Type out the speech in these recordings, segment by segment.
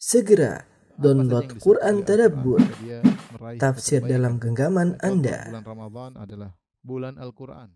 Segera download Quran Tadabbur, dia meraih tafsir kebaikan. dalam genggaman Anda. Bulan Ramadan adalah bulan Al-Quran.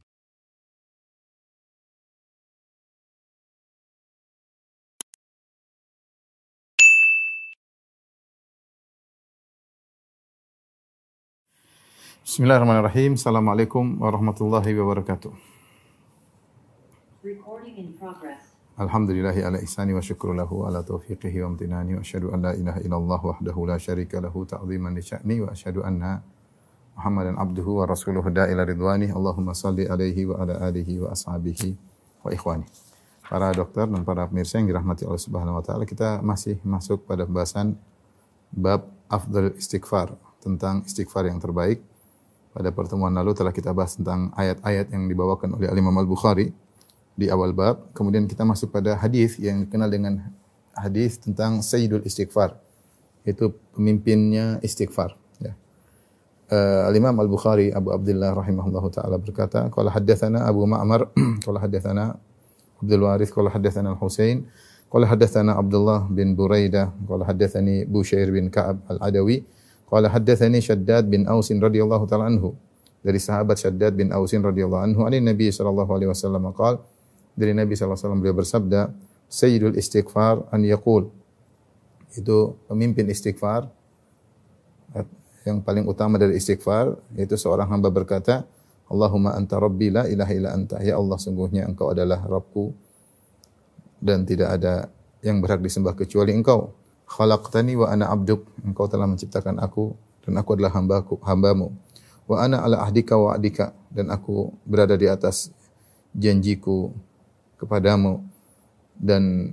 Bismillahirrahmanirrahim. Assalamualaikum warahmatullahi wabarakatuh. Recording in progress. Alhamdulillahi ala ihsani wa syukru lahu ala taufiqihi wa amtinani wa asyhadu an la ilaha illallah wahdahu la syarika lahu ta'ziman li sya'ni wa asyhadu anna Muhammadan abduhu wa rasuluhu da'ila ridwani. Allahumma salli alaihi wa ala alihi wa ashabihi wa ikhwani. Para dokter dan para pemirsa yang dirahmati Allah Subhanahu wa taala, kita masih masuk pada pembahasan bab afdal istighfar, tentang istighfar yang terbaik. Pada pertemuan lalu telah kita bahas tentang ayat-ayat yang dibawakan oleh Imam Al-Bukhari di awal bab. Kemudian kita masuk pada hadis yang dikenal dengan hadis tentang Sayyidul Istighfar. Itu pemimpinnya istighfar. Ya. Al-Imam Al-Bukhari Abu Abdullah rahimahullahu taala berkata, qala haddatsana Abu Ma'mar, qala haddatsana Abdul Warith, qala haddatsana Al-Husain, qala haddatsana Abdullah bin Buraidah, qala haddatsani Bushair bin Ka'ab Al-Adawi, qala haddatsani Shaddad bin Aus radhiyallahu ta'ala anhu. Dari sahabat Shaddad bin Aus radhiyallahu anhu, ani Nabi sallallahu alaihi wasallam qala, dari Nabi sallallahu alaihi wasallam beliau bersabda, Sayyidul istighfar an yaqul. Itu pemimpin istighfar. Yang paling utama dari istighfar yaitu seorang hamba berkata, Allahumma anta rabbi la ilaha illa anta. Ya Allah, sungguhnya engkau adalah Rabbku dan tidak ada yang berhak disembah kecuali engkau. Khalaqtani wa ana abduk. Engkau telah menciptakan aku dan aku adalah hambamu. Wa ana ala ahdika wa adika. Dan aku berada di atas janjiku kepadamu dan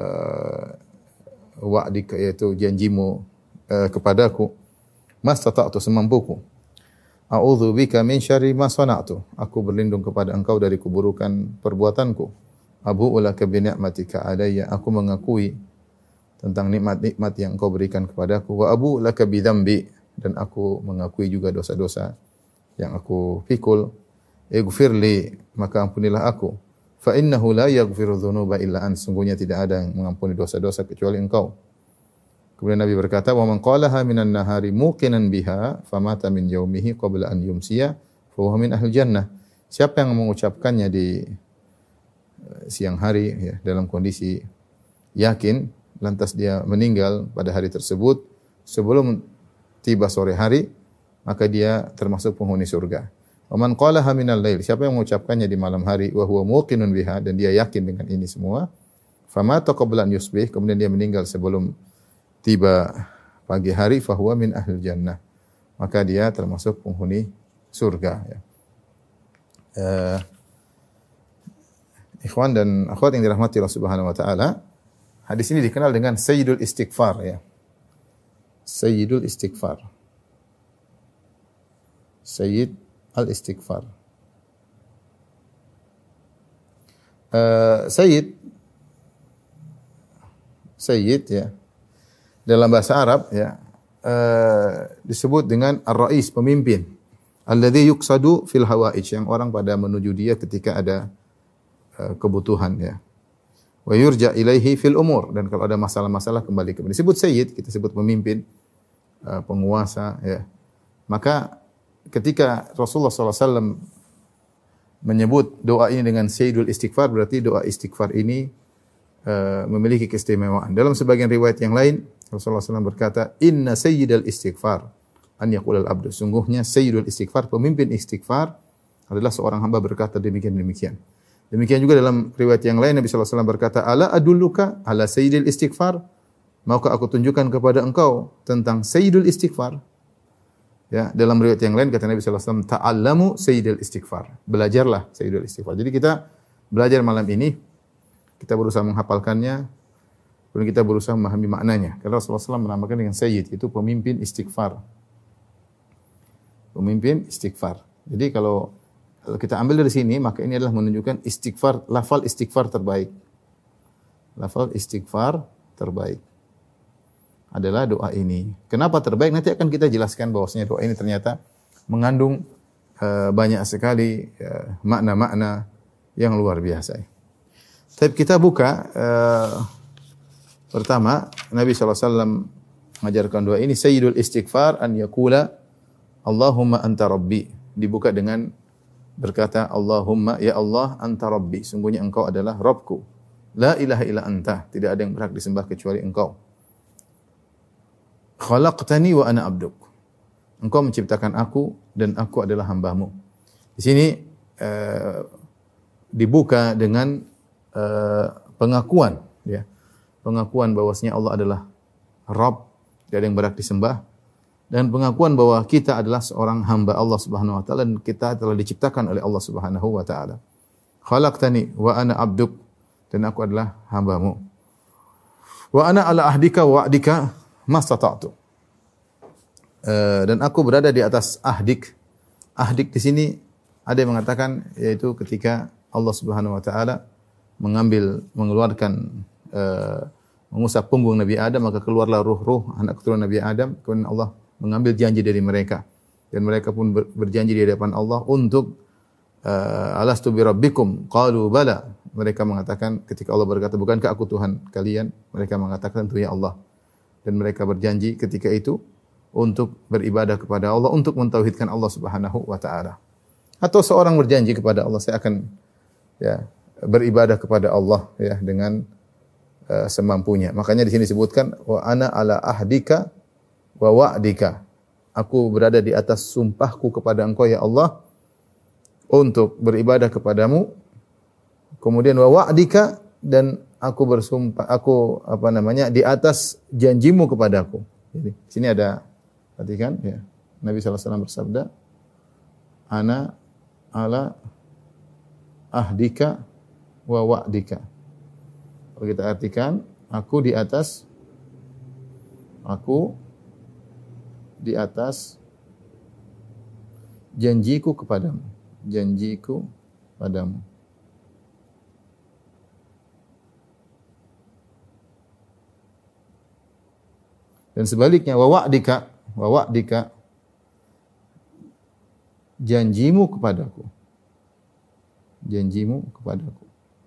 wa'dika, yaitu janjimu kepadaku. Mastata'tu, semampuku. A'udzu bika min syarri ma sana'tu. Aku berlindung kepada engkau dari keburukan perbuatanku. Abu'u laka bi ni'matika alayya. Aku mengakui tentang nikmat-nikmat yang engkau berikan kepadaku. Wa abu'u laka bi dzambi. Dan aku mengakui juga dosa-dosa yang aku pikul. Ighfirli, maka ampunilah aku. Fa innahu la yaghfiru dzunuba illa ant. Sungguhnya tidak ada yang mengampuni dosa-dosa kecuali engkau. Kemudian Nabi berkata, wa man qalaha minan nahari muqinan biha famata min yaumihi qabla an yumsiya fa huwa min ahli jannah. Siapa yang mengucapkannya di siang hari, ya, dalam kondisi yakin, lantas dia meninggal pada hari tersebut sebelum tiba sore hari, maka dia termasuk penghuni surga. Wa man qalaha minal lail, siapa yang mengucapkannya di malam hari wa huwa muqinun biha, dan dia yakin dengan ini semua, famata qabla an yusbih, kemudian dia meninggal sebelum tiba pagi hari, fa huwa min ahli jannah, maka dia termasuk penghuni surga, ya. Ikhwan dan akhwat yang dirahmati Allah Subhanahu wa taala, hadis ini dikenal dengan Sayyidul Istighfar, ya. Sayyidul Istighfar. Sayyid al-Istighfar. Sayyid, ya, dalam bahasa Arab, ya, disebut dengan ar-rais, pemimpin. Alladzi yuqsadu fil hawaij, yang orang pada menuju dia ketika ada kebutuhan, ya. Wa yurja ilaihi fil umur, dan kalau ada masalah-masalah kembali kepada disebut sayyid, kita sebut pemimpin, penguasa, ya. Maka ketika Rasulullah SAW menyebut doa ini dengan Sayyidul Istighfar, berarti doa istighfar ini memiliki keistimewaan. Dalam sebagian riwayat yang lain, Rasulullah SAW berkata, Inna Sayyidul Istighfar an yaqulal abdu. Sungguhnya Sayyidul Istighfar, pemimpin istighfar, adalah seorang hamba berkata demikian. Demikian juga dalam riwayat yang lain, Nabi SAW berkata, Ala adulluka ala Sayyidil Istighfar. Maukah aku tunjukkan kepada engkau tentang Sayyidul Istighfar? Ya, dalam riwayat yang lain kata Nabi SAW, Ta'allamu Sayyidil Istighfar. Belajarlah Sayyidil Istighfar. Jadi kita belajar malam ini, kita berusaha menghafalkannya, kemudian kita berusaha memahami maknanya. Karena Rasulullah SAW menamakan dengan Sayyid, itu pemimpin istighfar. Pemimpin istighfar. Jadi kalau kita ambil dari sini, maka ini adalah menunjukkan istighfar, lafal istighfar terbaik. Lafal istighfar terbaik adalah doa ini. Kenapa terbaik? Nanti akan kita jelaskan bahwasanya doa ini ternyata mengandung banyak sekali makna-makna yang luar biasa. Tapi kita buka Pertama, Nabi SAW mengajarkan doa ini, Sayyidul istighfar an yaqula Allahumma anta rabbi. Dibuka dengan berkata, Allahumma, ya Allah, anta rabbi. Sungguhnya engkau adalah Rabbku. La ilaha illa anta. Tidak ada yang berhak disembah kecuali engkau. Khalaqtani wa ana abduk. Engkau menciptakan aku dan aku adalah hambamu. Di sini dibuka dengan pengakuan, ya. Pengakuan bahwasanya Allah adalah Rabb, tidak ada yang berhak disembah, dan pengakuan bahwa kita adalah seorang hamba Allah Subhanahu wa taala dan kita telah diciptakan oleh Allah Subhanahu wa taala. Khalaqtani wa ana abduk, dan aku adalah hambamu. Wa ana ala ahdika wa wa'dika mastata'tu. Dan aku berada di atas ahdik. Ahdik di sini ada yang mengatakan yaitu ketika Allah Subhanahu wa taala mengeluarkan mengusap punggung Nabi Adam, maka keluarlah ruh-ruh anak keturunan Nabi Adam. Kemudian Allah mengambil janji dari mereka, dan mereka pun berjanji di hadapan Allah untuk alastu bi rabbikum qalu bala. Mereka mengatakan ketika Allah berkata, bukankah aku Tuhan kalian? Mereka mengatakan tentunya Allah. Dan mereka berjanji ketika itu untuk beribadah kepada Allah, untuk mentauhidkan Allah Subhanahu wa taala. Atau seorang berjanji kepada Allah, saya akan beribadah kepada Allah dengan semampunya. Makanya di sini disebutkan wa ana ala ahdika wa wa'dika. Aku berada di atas sumpahku kepada Engkau ya Allah untuk beribadah kepadamu. Kemudian wa wa'dika, dan aku bersumpah, aku di atas janjimu kepadaku. Jadi di sini ada, perhatikan ya. Nabi sallallahu alaihi wasallam bersabda, ana ala ahdika wa wa'dika. Kalau kita artikan, aku di atas janjiku kepadamu. Janjiku padamu. Dan sebaliknya, wa wa'dika, janjimu kepadaku. Janjimu kepadaku.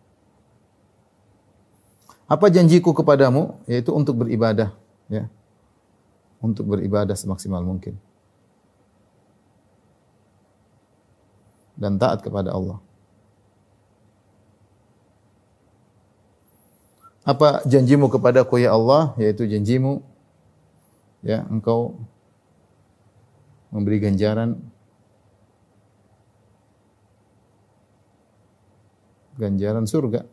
Apa janjiku kepadamu? Yaitu untuk beribadah, ya. Untuk beribadah semaksimal mungkin. Dan taat kepada Allah. Apa janjimu kepadaku ya Allah? Yaitu janjimu, ya, Engkau memberi ganjaran surga.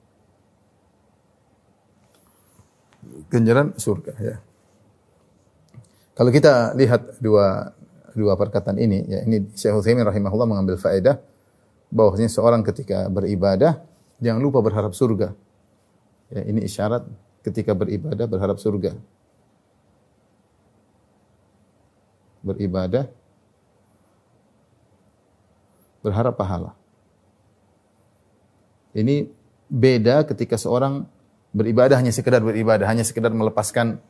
Ganjaran surga, ya. Kalau kita lihat dua perkataan ini, ya, ini Syekh Utsaimin rahimahullah mengambil faedah bahwasanya seorang ketika beribadah jangan lupa berharap surga. Ya, ini isyarat ketika beribadah berharap surga. Beribadah berharap pahala. Ini beda ketika seorang beribadah hanya sekedar beribadah, hanya sekedar melepaskan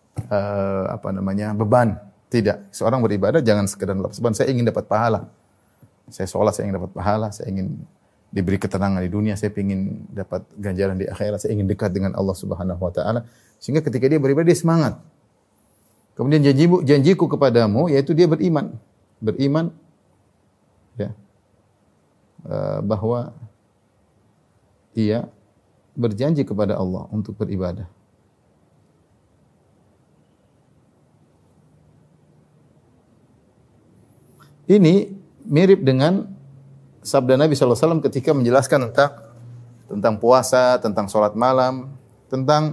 beban. Tidak. Seorang beribadah jangan sekedar melepas beban. Saya ingin dapat pahala. Saya sholat, saya ingin dapat pahala. Saya ingin diberi ketenangan di dunia. Saya ingin dapat ganjaran di akhirat. Saya ingin dekat dengan Allah Subhanahu wa taala. Sehingga ketika dia beribadah, dia semangat. Kemudian janjiku kepadamu, yaitu dia beriman. Beriman, ya, bahwa ia berjanji kepada Allah untuk beribadah. Ini mirip dengan sabda Nabi SAW ketika menjelaskan tentang puasa, tentang sholat malam, tentang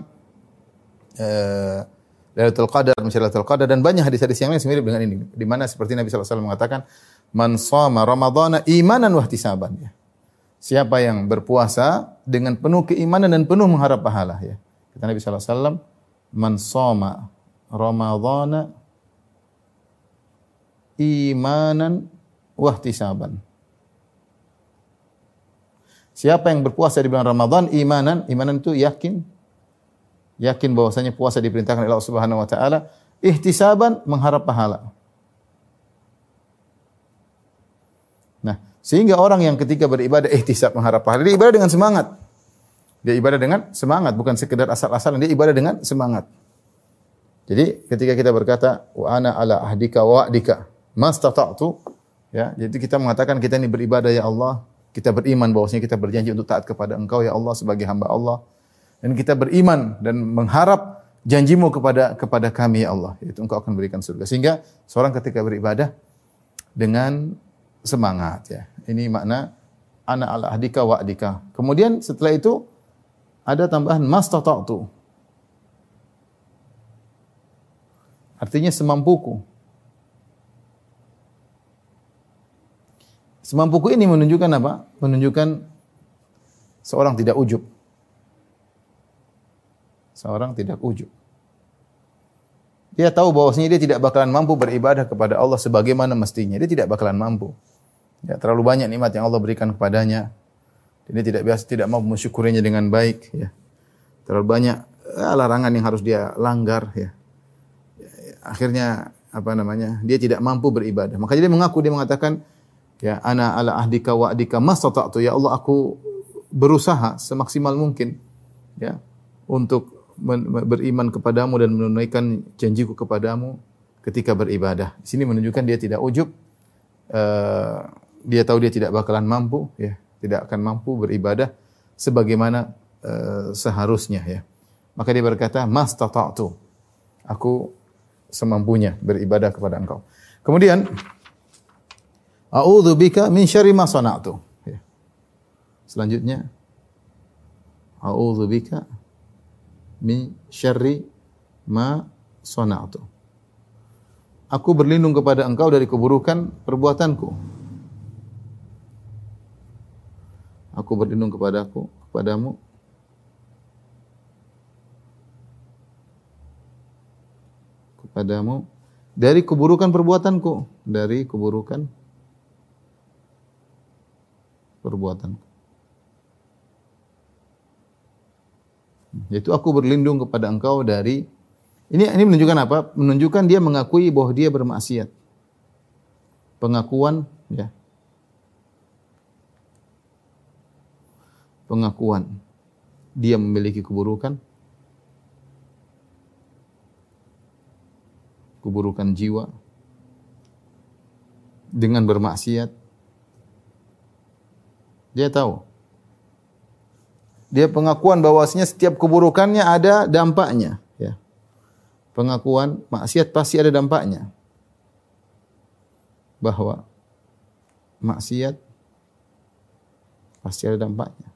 Lailatul Qadar, Lailatul Qadar, dan banyak hadis-hadis yang lain mirip dengan ini. Di mana seperti Nabi SAW mengatakan, man shoma Ramadhana imanan wa ihtisaban. Ya. Siapa yang berpuasa dengan penuh keimanan dan penuh mengharap pahala. Ya. Kata Nabi SAW, man shoma Ramadhana imanan wa ihtisaban. Siapa yang berpuasa di bulan Ramadan imanan itu yakin bahwasanya puasa diperintahkan oleh Allah Subhanahu wa taala, ihtisaban mengharap pahala. Nah, sehingga orang yang ketika beribadah ihtisab mengharap pahala, dia ibadah dengan semangat. Dia ibadah dengan semangat, bukan sekedar asal-asalan. Dia ibadah dengan semangat. Jadi ketika kita berkata wa ana ala ahdika wa wa'dika mastata'tu, ya, jadi kita mengatakan kita ini beribadah ya Allah, kita beriman bahwasanya kita berjanji untuk taat kepada Engkau ya Allah sebagai hamba Allah, dan kita beriman dan mengharap janjimu kepada kami ya Allah, yaitu Engkau akan berikan surga. Sehingga seorang ketika beribadah dengan semangat, ya. Ini makna ana ala ahdika wa wa'dika. Kemudian setelah itu ada tambahan mastata'tu. Artinya semampuku. Semampuku ini menunjukkan apa? Menunjukkan seorang tidak ujub. Seorang tidak ujub. Dia tahu bahwasanya dia tidak bakalan mampu beribadah kepada Allah sebagaimana mestinya. Dia tidak bakalan mampu. Ya, terlalu banyak nikmat yang Allah berikan kepadanya. Dia tidak mampu mensyukurinya dengan baik. Ya. Terlalu banyak larangan yang harus dia langgar. Ya. Akhirnya dia tidak mampu beribadah. Makanya dia mengaku, dia mengatakan, ya ana ala ahdika wa wa'dika mastata'tu, ya Allah aku berusaha semaksimal mungkin, ya, untuk beriman kepadamu dan menunaikan janjiku kepadamu ketika beribadah. Di sini menunjukkan dia tidak ujub. Dia tahu dia tidak bakalan mampu, ya, tidak akan mampu beribadah sebagaimana seharusnya, ya. Maka dia berkata mastata'tu, aku semampunya beribadah kepada Engkau. Kemudian a'udzubika min syarri ma sana'tu. Ya. Selanjutnya a'udzubika min syarri ma sana'tu. Aku berlindung kepada Engkau dari keburukan perbuatanku. Aku berlindung kepadamu dari keburukan perbuatanku, Yaitu aku berlindung kepada Engkau dari ini menunjukkan apa? Menunjukkan dia mengakui bahwa dia bermaksiat. Pengakuan, ya. Pengakuan dia memiliki keburukan jiwa dengan bermaksiat. Dia tahu. Dia pengakuan bahwasanya setiap keburukannya ada dampaknya, ya. Pengakuan maksiat pasti ada dampaknya. Bahwa maksiat pasti ada dampaknya.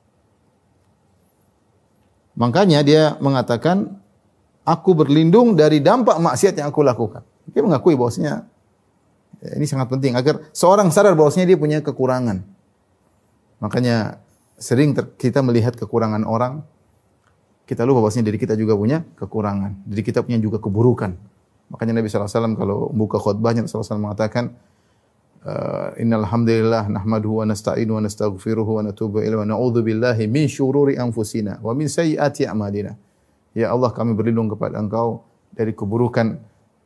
Makanya dia mengatakan, aku berlindung dari dampak maksiat yang aku lakukan. Dia mengakui bahwasanya ini sangat penting agar seorang sadar bahwasanya dia punya kekurangan. Makanya sering kita melihat kekurangan orang, kita lupa bahwasanya diri kita juga punya kekurangan. Diri kita punya juga keburukan. Makanya Nabi SAW kalau membuka khutbahnya, Nabi SAW mengatakan, innal hamdalillah nahmaduhu wa nasta'inu wa nastaghfiruhu wa natubu ilaihi wa na'udzu billahi min syururi anfusina wa min sayyiati a'malina. Ya Allah, kami berlindung kepada Engkau dari keburukan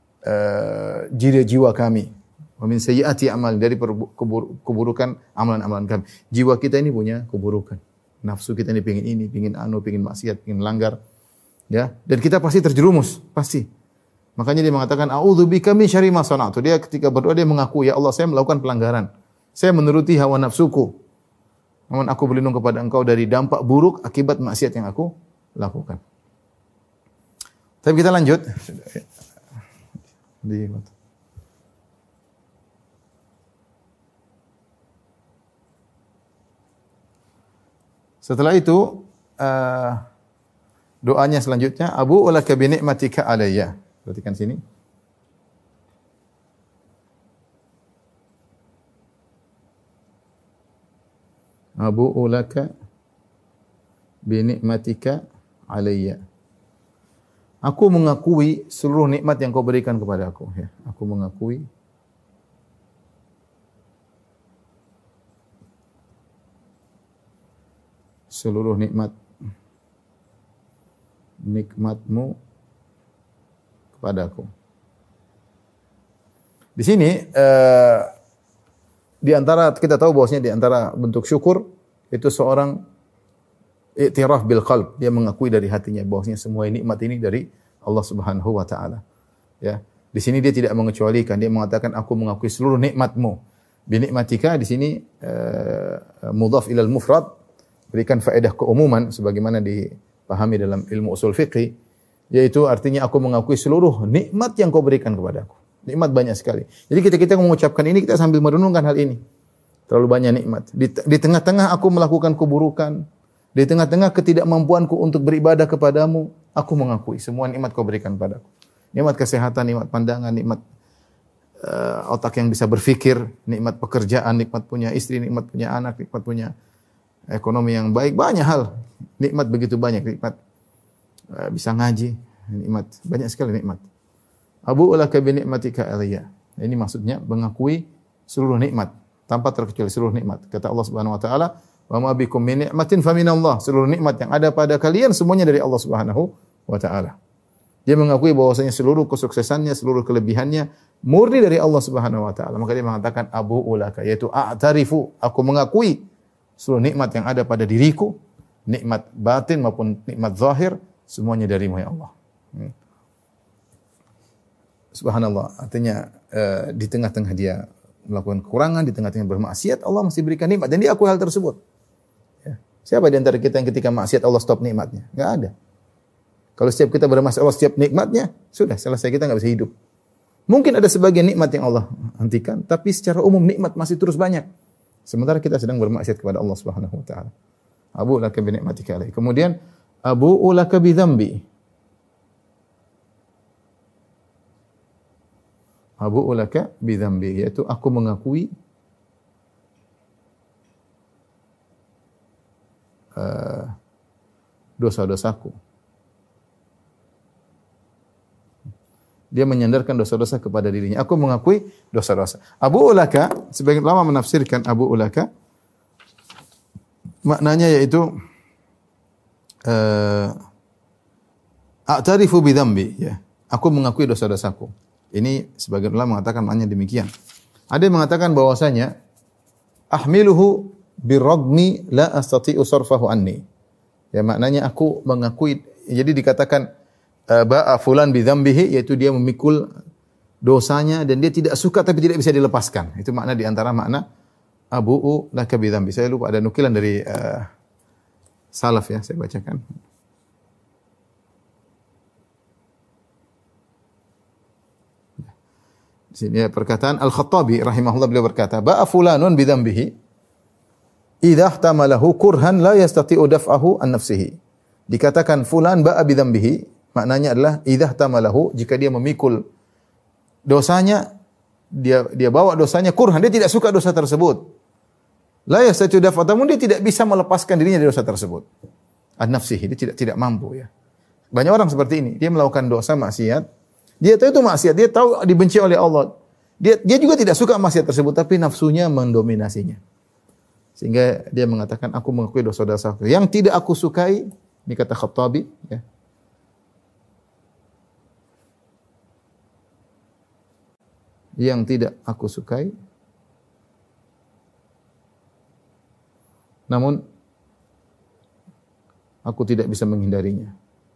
jiwa kami. Wa min sayyiati a'mal, dari keburukan amalan-amalan kami. Jiwa kita ini punya keburukan. Nafsu kita ini pengin maksiat, pengin langgar. Ya, dan kita pasti terjerumus, pasti. Makanya dia mengatakan a'udzubika min syarri ma sana'tu. Dia ketika berdoa dia mengaku, ya Allah, saya melakukan pelanggaran. Saya menuruti hawa nafsuku. Namun aku berlindung kepada Engkau dari dampak buruk akibat maksiat yang aku lakukan. Tapi kita lanjut. Setelah itu doanya selanjutnya, Abu ulaka bi ni'matika alayya. Perhatikan sini. Abu ulaka bi ni'matika alayya. Aku mengakui seluruh nikmat yang kau berikan kepada aku, ya. Aku mengakui seluruh nikmatmu kepadaku. Di sini di antara kita tahu bahwasanya di antara bentuk syukur itu seorang i'tiraf bil qalb, dia mengakui dari hatinya bahwasanya semua nikmat ini dari Allah Subhanahu wa taala. Ya. Di sini dia tidak mengecualikan, dia mengatakan aku mengakui seluruh nikmatmu. Bi nikmatika di sini mudhaf ilal mufrad, berikan faedah keumuman sebagaimana dipahami dalam ilmu usul fiqih, yaitu artinya aku mengakui seluruh nikmat yang kau berikan kepadaku. Nikmat banyak sekali. Jadi kita mengucapkan ini kita sambil merenungkan hal ini. Terlalu banyak nikmat. Di tengah-tengah aku melakukan keburukan, di tengah-tengah ketidakmampuanku untuk beribadah kepadamu, aku mengakui semua nikmat kau berikan padaku. Nikmat kesehatan, nikmat pandangan, nikmat otak yang bisa berfikir, nikmat pekerjaan, nikmat punya istri, nikmat punya anak, nikmat punya ekonomi yang baik, banyak hal. Nikmat begitu banyak, nikmat bisa ngaji, nikmat banyak sekali nikmat. Abu ulaka bi nikmatika alayya. Ini maksudnya mengakui seluruh nikmat tanpa terkecuali seluruh nikmat. Kata Allah Subhanahu wa taala, "Wa ma bikum min ni'matin faminallah." Seluruh nikmat yang ada pada kalian semuanya dari Allah Subhanahu wa taala. Dia mengakui bahwasanya seluruh kesuksesannya, seluruh kelebihannya murni dari Allah Subhanahu wa taala. Maka dia mengatakan abu ulaka, yaitu a'tarifu, aku mengakui seluruh nikmat yang ada pada diriku, nikmat batin maupun nikmat zahir, semuanya darimu ya Allah. Subhanallah, artinya di tengah-tengah dia melakukan kekurangan, di tengah-tengah bermaksiat, Allah masih berikan nikmat dan dia akui hal tersebut. Ya. Siapa di antara kita yang ketika maksiat Allah stop nikmatnya? Enggak ada. Kalau setiap kita bermaksiat Allah setiap nikmatnya, sudah selesai, kita enggak bisa hidup. Mungkin ada sebagian nikmat yang Allah hentikan, tapi secara umum nikmat masih terus banyak. Sementara kita sedang bermaksiat kepada Allah Subhanahu wa taala. Abu laka bi ni'matika alaihi. Kemudian abu laka bi dzambi. Abu ulaka bi dzambi, yaitu aku mengakui dosa-dosaku. Dia menyandarkan dosa-dosa kepada dirinya. Aku mengakui dosa-dosa. Abu ulaka, sebagian ulama menafsirkan Abu ulaka maknanya yaitu a'tarifu bi dzambi, ya. Aku mengakui dosa-dosaku. Ini sebagian ulama mengatakan maknanya demikian. Ada yang mengatakan bahwasanya ahmiluhu birragmi la astati'u sarfahu anni. Ya, maknanya aku mengakui, jadi dikatakan ba'a fulan bi dzambihi, yaitu dia memikul dosanya dan dia tidak suka tapi tidak bisa dilepaskan. Itu makna di antara makna abu'u laka bi dzambi. Saya lupa ada nukilan dari salaf ya, saya bacakan. Di sini perkataan Al-Khattabi rahimahullah, beliau berkata, ba'a fulanun bi dzambihi idza ihtamalahu kurhan la yastati'u daf'ahu an nafsihi. Dikatakan fulan ba'a bi dzambihi, maknanya adalah idza ihtamalahu, jika dia memikul dosanya, dia bawa dosanya kurhan, dia tidak suka dosa tersebut. La yastati'u daf'ahu, namun dia tidak bisa melepaskan dirinya dari dosa tersebut. An nafsihi, dia tidak mampu ya. Banyak orang seperti ini, dia melakukan dosa maksiat. Dia tahu itu maksiat, dia tahu dibenci oleh Allah. Dia juga tidak suka maksiat tersebut, tapi nafsunya mendominasinya. Sehingga dia mengatakan, aku mengakui dosa-dosa yang tidak aku sukai. Ini kata Khattabi. Ya. Yang tidak aku sukai. Namun, aku tidak bisa menghindarinya.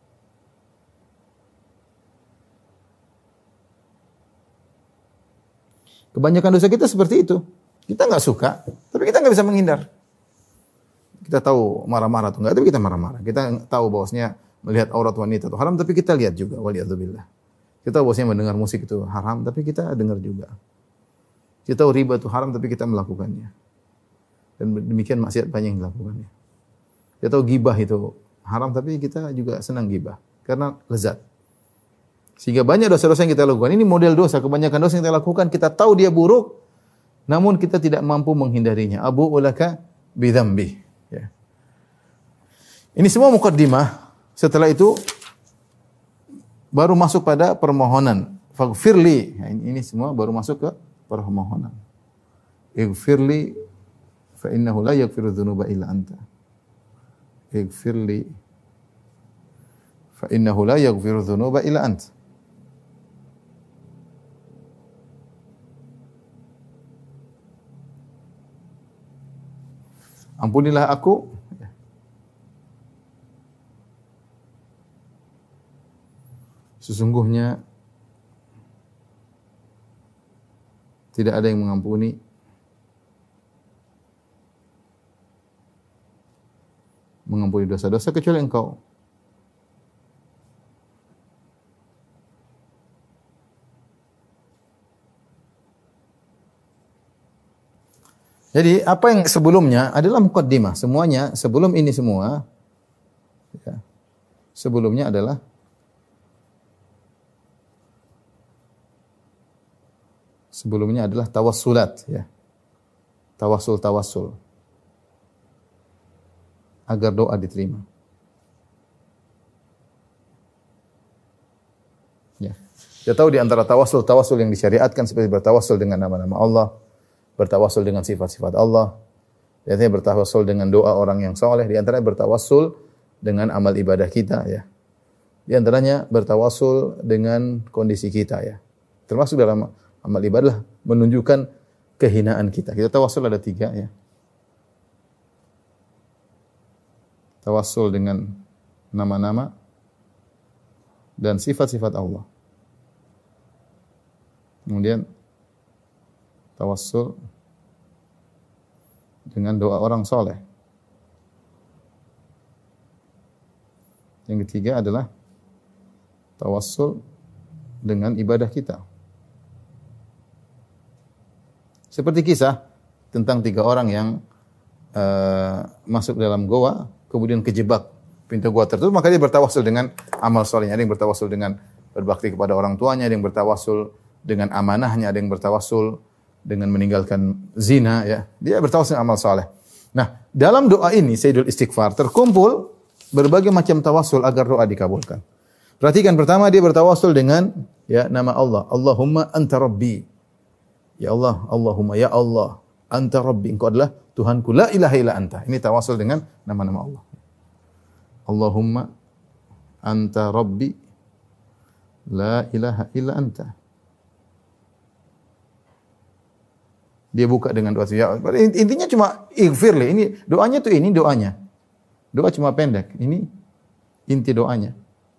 Kebanyakan dosa kita seperti itu. Kita nggak suka, tapi kita nggak bisa menghindar. Kita tahu marah-marah atau enggak, tapi kita marah-marah. Kita tahu bahwasanya melihat aurat wanita itu haram, tapi kita lihat juga. Waliyadzubillah. Kita tahu bahwasanya mendengar musik itu haram, tapi kita dengar juga. Kita tahu riba itu haram, tapi kita melakukannya. Dan demikian maksiat banyak yang dilakukannya. Kita tahu gibah itu haram, tapi kita juga senang gibah karena lezat. Sehingga banyak dosa-dosa yang kita lakukan. Ini model dosa. Kebanyakan dosa yang kita lakukan, kita tahu dia buruk, namun kita tidak mampu menghindarinya. Abu ulaka bidzambi. Ya. Ini semua muqaddimah. Setelah itu, baru masuk pada permohonan. Faghfirli. Nah, ini semua baru masuk ke permohonan. Ighfirli fa innahu la yaghfiru dzunuba illa anta. Ighfirli fa innahu la yaghfiru dzunuba illa anta. Ampunilah aku Sesungguhnya tidak ada yang mengampuni dosa-dosa kecuali Engkau. Jadi apa yang sebelumnya adalah muqaddimah. Semuanya sebelum ini semua, ya, sebelumnya adalah tawassulat, ya. Tawassul agar doa diterima. Ya. Kita tahu di antara tawassul yang disyariatkan seperti bertawassul dengan nama-nama Allah, bertawassul dengan sifat-sifat Allah, biasanya bertawassul dengan doa orang yang saleh, di antaranya bertawassul dengan amal ibadah kita, ya. Di antaranya bertawassul dengan kondisi kita, ya. Termasuk dalam amal ibadah menunjukkan kehinaan kita. Kita tawassul ada 3, ya. Tawassul dengan nama-nama dan sifat-sifat Allah. Kemudian tawassul dengan doa orang soleh. Yang ketiga adalah tawassul dengan ibadah kita. Seperti kisah tentang 3 orang yang masuk dalam goa, kemudian kejebak pintu goa tertutup, maka dia bertawassul dengan amal solehnya. Ada yang bertawassul dengan berbakti kepada orang tuanya, ada yang bertawassul dengan amanahnya, ada yang bertawassul dengan meninggalkan zina, ya. Dia bertawassul dengan amal soleh. Nah, dalam doa ini Sayyidul Istighfar terkumpul berbagai macam tawassul agar doa dikabulkan. Perhatikan, pertama dia bertawassul dengan, ya, nama Allah. Allahumma anta rabbi. Ya Allah, Allahumma, ya Allah, anta rabbi, engkau adalah Tuhanku, la ilaha illa anta. Ini tawassul dengan nama-nama Allah. Allahumma anta rabbi, la ilaha illa anta. Dia buka dengan doa. Ya, intinya cuma ighfirli. Ini doanya tuh, ini doanya. Doa cuma pendek. Ini inti doanya.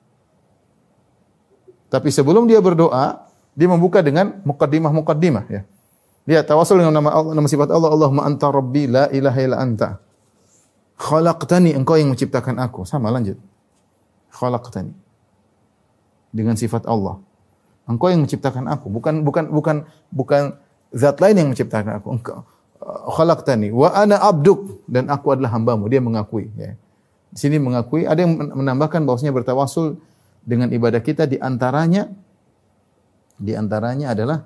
Tapi sebelum dia berdoa, dia membuka dengan muqaddimah, ya. Dia tawassul dengan nama Allah, nama sifat Allah. Allahumma anta rabbi la ilaha illa anta. Khalaqtani, engkau yang menciptakan aku. Sama, lanjut. Khalaqtani. Dengan sifat Allah. Engkau yang menciptakan aku, bukan zat lain yang menciptakan aku. Engkau khalaqtani wa ana abduk, dan aku adalah hambamu. Dia mengakui, ya. Di sini mengakui, ada yang menambahkan bahwasanya bertawassul dengan ibadah kita di antaranya adalah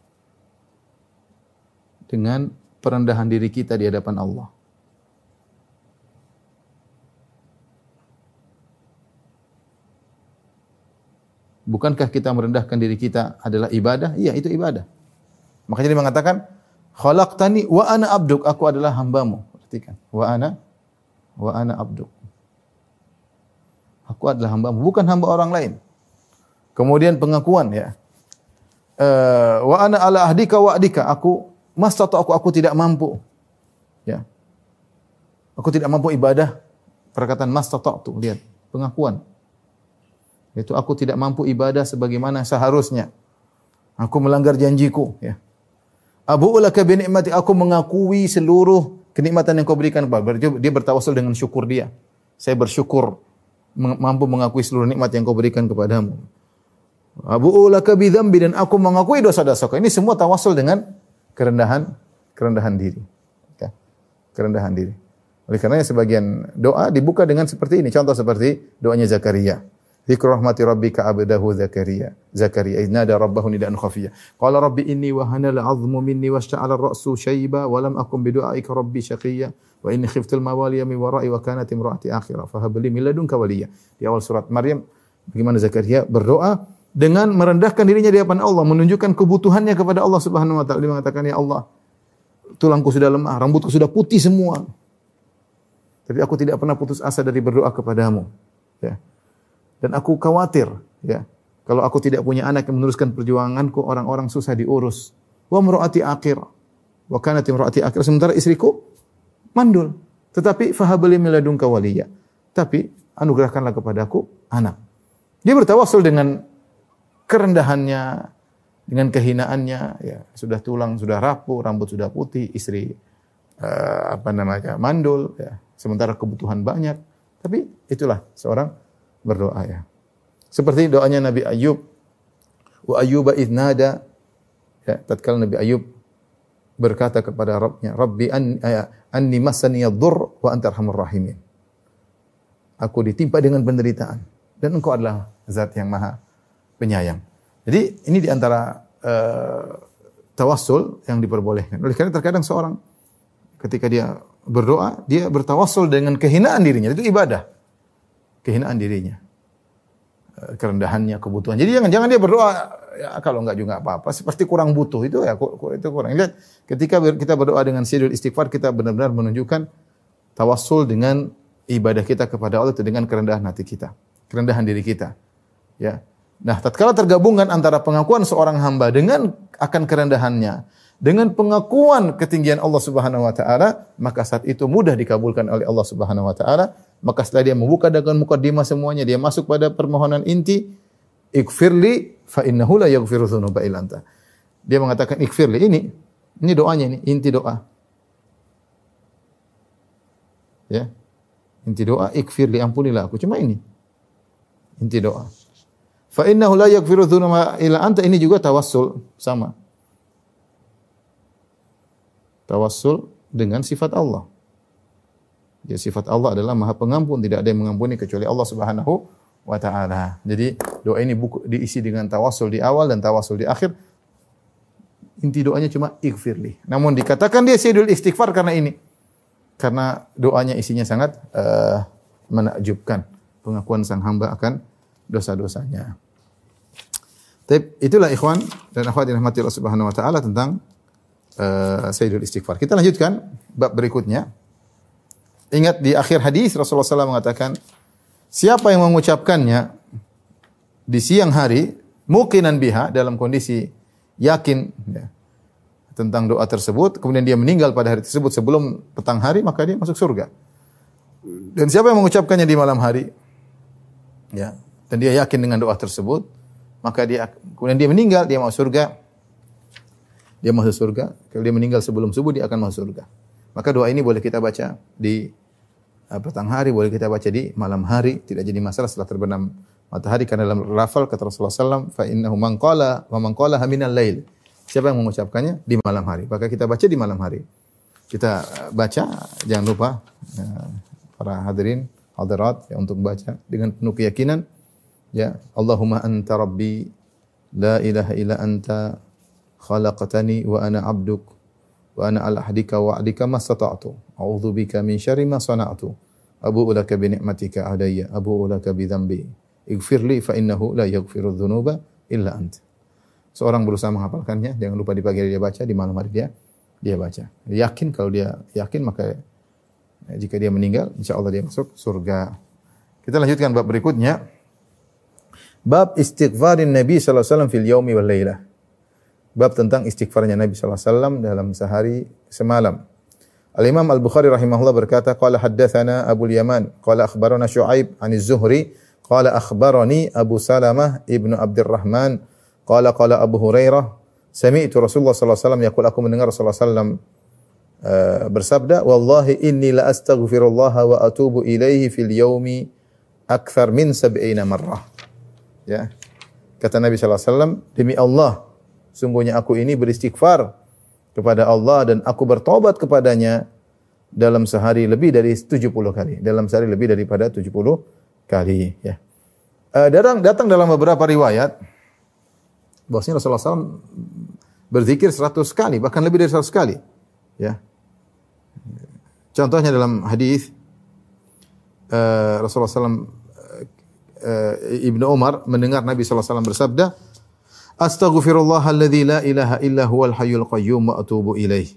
dengan perendahan diri kita di hadapan Allah. Bukankah kita merendahkan diri kita adalah ibadah? Iya, itu ibadah. Makanya dia mengatakan, khalaqtani wa ana abduk, aku adalah hambamu. Perhatikan, wa ana abduk. Aku adalah hambamu, bukan hamba orang lain. Kemudian pengakuan, ya. Wa ana ala ahdika wa ahdika, aku tidak mampu. Ya. Aku tidak mampu ibadah. Perkataan mastata'tu, lihat, pengakuan. Yaitu aku tidak mampu ibadah sebagaimana seharusnya. Aku melanggar janjiku, ya. Abu'u laka bi ni'mati, aku mengakui seluruh kenikmatan yang kau berikan kepada. Dia bertawassul dengan syukur dia. Saya bersyukur mampu mengakui seluruh nikmat yang kau berikan kepadamu. Abu'u laka bi dzambi, dan aku mengakui dosa-dosa kau. Ini semua tawassul dengan kerendahan diri. Ya. Kerendahan diri. Oleh karenanya sebagian doa dibuka dengan seperti ini. Contoh seperti doanya Zakaria. Dzikru rahmati rabbika abdahu Zakaria. Zakaria iznada rabbahu nidaan khafiyya. Qala rabbi inni wa hanal 'azmu minni washta'ala ar-ra'su shayba wa lam akun bi du'aika rabbi shaqiyya wa inni khiftul mawaliya min wara'i wa kanat imra'ati akhirah fa hab li min ladunka waliyya. Di awal surat Maryam, bagaimana Zakaria berdoa dengan merendahkan dirinya di hadapan Allah, menunjukkan kebutuhannya kepada Allah Subhanahu wa taala. Dia mengatakan, ya Allah, tulangku sudah lemah, rambutku sudah putih semua. Tapi aku tidak pernah putus asa dari berdoa kepadamu. Ya. Dan aku khawatir, ya, kalau aku tidak punya anak yang meneruskan perjuanganku, orang-orang susah diurus. Wa imra'ati aqir. Wa kanat imra'ati aqir. Sementara istriku mandul. Tetapi fahabli min ladunka waliyya. Tapi anugerahkanlah kepadaku anak. Dia bertawassul dengan kerendahannya, dengan kehinaannya, ya sudah tulang sudah rapuh, rambut sudah putih, istri mandul, ya. Sementara kebutuhan banyak, tapi itulah seorang berdoa ya. Seperti doanya Nabi Ayub, wa ayyuba idnada, ya, tatkala Nabi Ayub berkata kepada Rabbnya, Rabbi anni massani yadhur wa anta arhamur rahimin. Aku ditimpa dengan penderitaan dan Engkau adalah zat yang maha penyayang. Jadi ini di antara tawassul yang diperbolehkan. Oleh karena terkadang seorang ketika dia berdoa, dia bertawassul dengan kehinaan dirinya. Itu ibadah. Kehinaan dirinya. Kerendahannya, kebutuhan. Jadi jangan dia berdoa, ya, kalau enggak juga apa-apa. Seperti kurang butuh. Itu ya itu kurang. Lihat, ketika kita berdoa dengan sirrul istighfar, kita benar-benar menunjukkan tawassul dengan ibadah kita kepada Allah itu dengan kerendahan hati kita. Kerendahan diri kita. Ya. Nah, tatkala tergabungkan antara pengakuan seorang hamba dengan akan kerendahannya, dengan pengakuan ketinggian Allah Subhanahu wa taala, maka saat itu mudah dikabulkan oleh Allah Subhanahu wa taala. Maka setelah dia membuka dengan mukaddimah semuanya, dia masuk pada permohonan inti, ighfirli fa innahu la yaghfiru dzunuba illa anta. Dia mengatakan ighfirli, ini doanya, ini inti doa. Ya. Inti doa, ighfirli, ampunilah aku. Cuma ini. Inti doa. Fa innahu la yaghfiru dzunuba illa anta, ini juga tawassul, sama. Tawassul dengan sifat Allah. Ya, sifat Allah adalah Maha Pengampun, tidak ada yang mengampuni kecuali Allah Subhanahu wa taala. Jadi doa ini diisi dengan tawassul di awal dan tawassul di akhir. Inti doanya cuma ighfirli. Namun dikatakan dia sayyidul istighfar karena ini. Karena doanya isinya sangat menakjubkan, pengakuan sang hamba akan dosa-dosanya. Tapi itulah ikhwan dan akhwat yang dirahmati Allah Subhanahu wa taala tentang sayyidul istighfar. Kita lanjutkan bab berikutnya. Ingat di akhir hadis Rasulullah SAW mengatakan, siapa yang mengucapkannya di siang hari, muqinan biha, dalam kondisi yakin ya, tentang doa tersebut, kemudian dia meninggal pada hari tersebut sebelum petang hari, maka dia masuk surga. Dan siapa yang mengucapkannya di malam hari, ya, dan dia yakin dengan doa tersebut, maka kemudian dia meninggal, dia masuk surga. Dia masuk surga. Kalau dia meninggal sebelum subuh, dia akan masuk surga. Maka doa ini boleh kita baca di petang hari, boleh kita baca di malam hari, tidak jadi masalah setelah terbenam matahari, karena dalam lafal kata Rasulullah SAW, fa innahu man qala wa man qala minal lail. Siapa yang mengucapkannya di malam hari, maka kita baca di malam hari. Kita baca, jangan lupa para hadirin hadirat ya, untuk baca dengan penuh keyakinan, ya, Allahumma anta rabbi la ilaha illa anta khalaqtani wa ana 'abduk wa ana ala ahdika wa wa'dika mastata'tu a'udzu bika min syarri ma sana'tu abu'u laka bi ni'matika alayya abu'u laka bi dhanbi ighfirli fa innahu la yaghfiru dzunuba illa ant. Seorang berusaha menghafalkannya, jangan lupa di pagi hari dia baca, di malam hari dia baca. Yakin, kalau dia yakin maka jika dia meninggal insyaallah dia masuk surga. Kita lanjutkan bab berikutnya. Bab istighfarin Nabi sallallahu alaihi wasallam fil yaumi wal lailah. Bab tentang istighfarnya Nabi sallallahu alaihi wasallam dalam sehari semalam. Al-Imam Al-Bukhari rahimahullah berkata, qala haddatsana Abu Yaman, qala akhbarana Syu'aib 'an Az-Zuhri, qala akhbarani Abu Salamah ibnu Abdurrahman, qala Abu Hurairah, sami'tu Rasulullah sallallahu alaihi wasallam yaqul, aku mendengar Rasulullah sallallahu bersabda, wallahi inni la astaghfirullah wa atubu ilaihi fil yaumi akthar min 70 marrah. Ya. Kata Nabi sallallahu alaihi wasallam, demi Allah, sungguhnya aku ini beristighfar kepada Allah dan aku bertobat kepadanya dalam sehari lebih dari 70 kali. Dalam sehari lebih daripada 70 kali. Ya. Datang dalam beberapa riwayat bahwasanya Rasulullah SAW berzikir 100 kali, bahkan lebih dari 100 kali. Ya. Contohnya dalam hadis Rasulullah SAW, Ibnu Umar mendengar Nabi SAW bersabda, astaghfirullahal la ilaha illa huwal hayyul qayyum wa atubu ilaih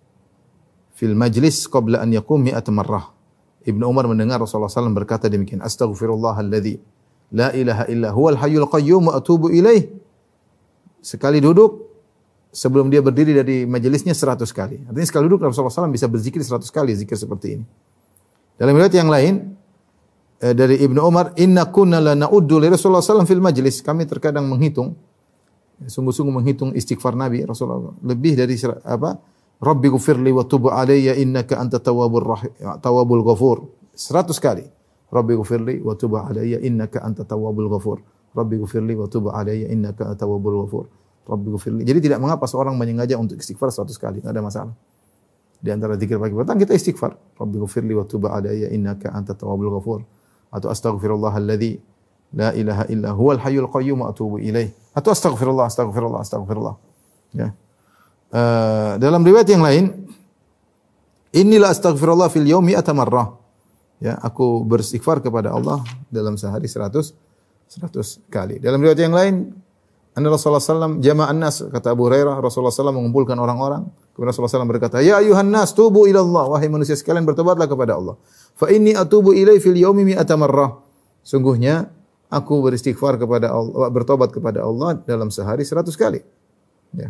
fil majlis qabla an yaqum 100 marrah. Ibnu Umar mendengar Rasulullah SAW berkata demikian, astaghfirullahal la ilaha illa huwal hayyul qayyum wa atubu ilaih, sekali duduk sebelum dia berdiri dari majelisnya 100 kali. Artinya sekali duduk Rasulullah SAW bisa berzikir 100 kali, zikir seperti ini. Dalam riwayat yang lain, dari Ibnu Umar, inna kunna la na'uddu li Rasulullah sallallahu fil majlis. Kami terkadang menghitung, sungguh-sungguh menghitung istighfar Nabi Rasulullah lebih dari Rabbi ghfirli wa tub alayya innaka anta tawwabul ghafur. 100 kali. Rabbi ghfirli wa tub alayya innaka anta tawwabul ghafur. Rabbi ghfirli wa tub alayya innaka anta tawwabul ghafur. Rabbi ghfirli. Jadi tidak mengapa seorang menyengaja untuk istighfar 100 kali, enggak ada masalah. Di antara zikir pagi petang kita istighfar. Rabbi ghfirli wa tub alayya innaka anta tawwabul ghafur. Atau astaghfirullahalladzi la ilaha illa huwal hayyul qayyum wa atubu ilaih. Atau astaghfirullah. Ya. Dalam riwayat yang lain, inilah astaghfirullah fil yaumi atamarrah. Ya, aku beristighfar kepada Allah dalam sehari 100 kali. Dalam riwayat yang lain, anna Rasulullah sallallahu jama'an nas, kata Abu Hurairah, Rasulullah sallallahu mengumpulkan orang-orang. Kemudian Rasulullah sallallahu berkata, "Ya ayuhan nas, tubu ila Allah, wahai manusia sekalian bertobatlah kepada Allah. Fa inni atubu ilaihi fil yaumi mi'ata marrah." Sungguhnya aku beristighfar kepada Allah, bertobat kepada Allah dalam sehari 100 kali. Ya.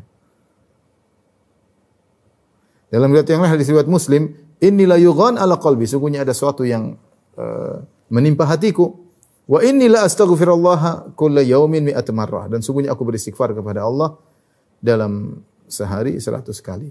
Dalam riwayat yang lain, hadis riwayat Muslim, inni la yughan ala qalbi, sungguhnya ada sesuatu yang menimpa hatiku. Wa inni la astaghfirullah kulla yaumin mi'at marrah, dan sungguhnya aku beristighfar kepada Allah dalam sehari 100 kali.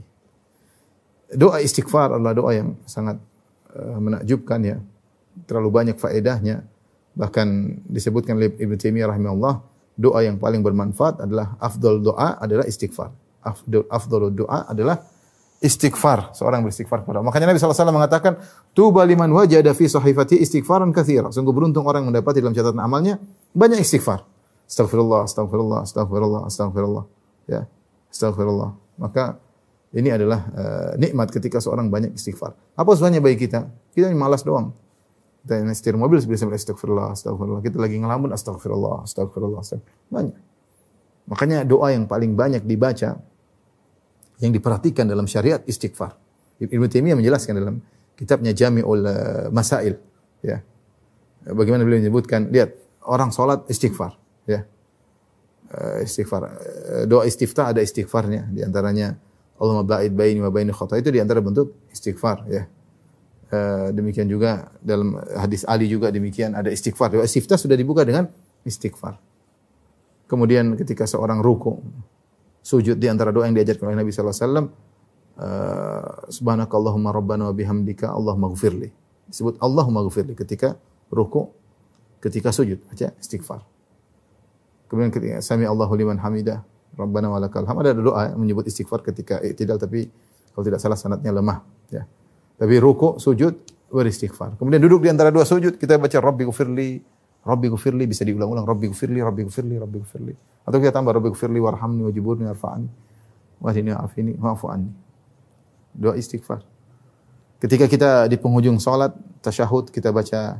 Doa istighfar adalah doa yang sangat menakjubkan ya. Terlalu banyak faedahnya. Bahkan disebutkan oleh Ibnu Taimiyah rahimahullah, doa yang paling bermanfaat adalah afdal doa adalah istighfar. Afdal doa adalah istighfar, seorang beristighfar kepada Allah. Makanya Nabi SAW mengatakan, tuba liman wajada fi sahifati istighfaran katsira. Sungguh beruntung orang yang mendapati dalam catatan amalnya banyak istighfar. Astagfirullah, astagfirullah, astagfirullah, astagfirullah. Ya, astagfirullah. Maka ini adalah nikmat ketika seorang banyak istighfar. Apa susahnya bagi kita? Kita ini malas doang. Kita setir mobil bisa astagfirullah, astagfirullah. Kita lagi ngelamun astagfirullah, astagfirullah, astagfirullah. Banyak. Makanya doa yang paling banyak dibaca, yang diperhatikan dalam syariat istighfar. Ibnu Taimiyah menjelaskan dalam kitabnya Jami'ul Masail, ya. Bagaimana beliau menyebutkan, lihat orang salat istighfar, ya. Istighfar. Doa istiftah ada istighfarnya, di antaranya Allahumma ba'id baini wa baini khataaya, itu di antara bentuk istighfar, ya. Demikian juga dalam hadis Ali juga demikian ada istighfar. Doa istiftah sudah dibuka dengan istighfar. Kemudian ketika seorang ruku, sujud, di antara doa yang diajarkan oleh Nabi sallallahu alaihi wasallam, subhanakallahumma rabbana wa bihamdika Allahumma ighfirli. Disebut Allahumma ighfirli ketika ruku, ketika sujud, baca istighfar. Kemudian ketika sami Allahu liman hamidah, rabbana walakal hamd, ada doa yang menyebut istighfar ketika i'tidal, tapi kalau tidak salah sanadnya lemah, ya. Tapi ruku, sujud, beristighfar. Kemudian duduk di antara dua sujud, kita baca Rabbi ghfirli, Rabbi ghfirli, bisa diulang-ulang, Rabbi ghfirli, Rabbi ghfirli, Rabbi ghfirli. Atau kita tambah Rabbi ghfirli warhamni wajiburni warfa'ani wahdini wa'afini wa'fu anni. Doa istighfar. Ketika kita di penghujung salat tasyahud, kita baca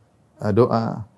doa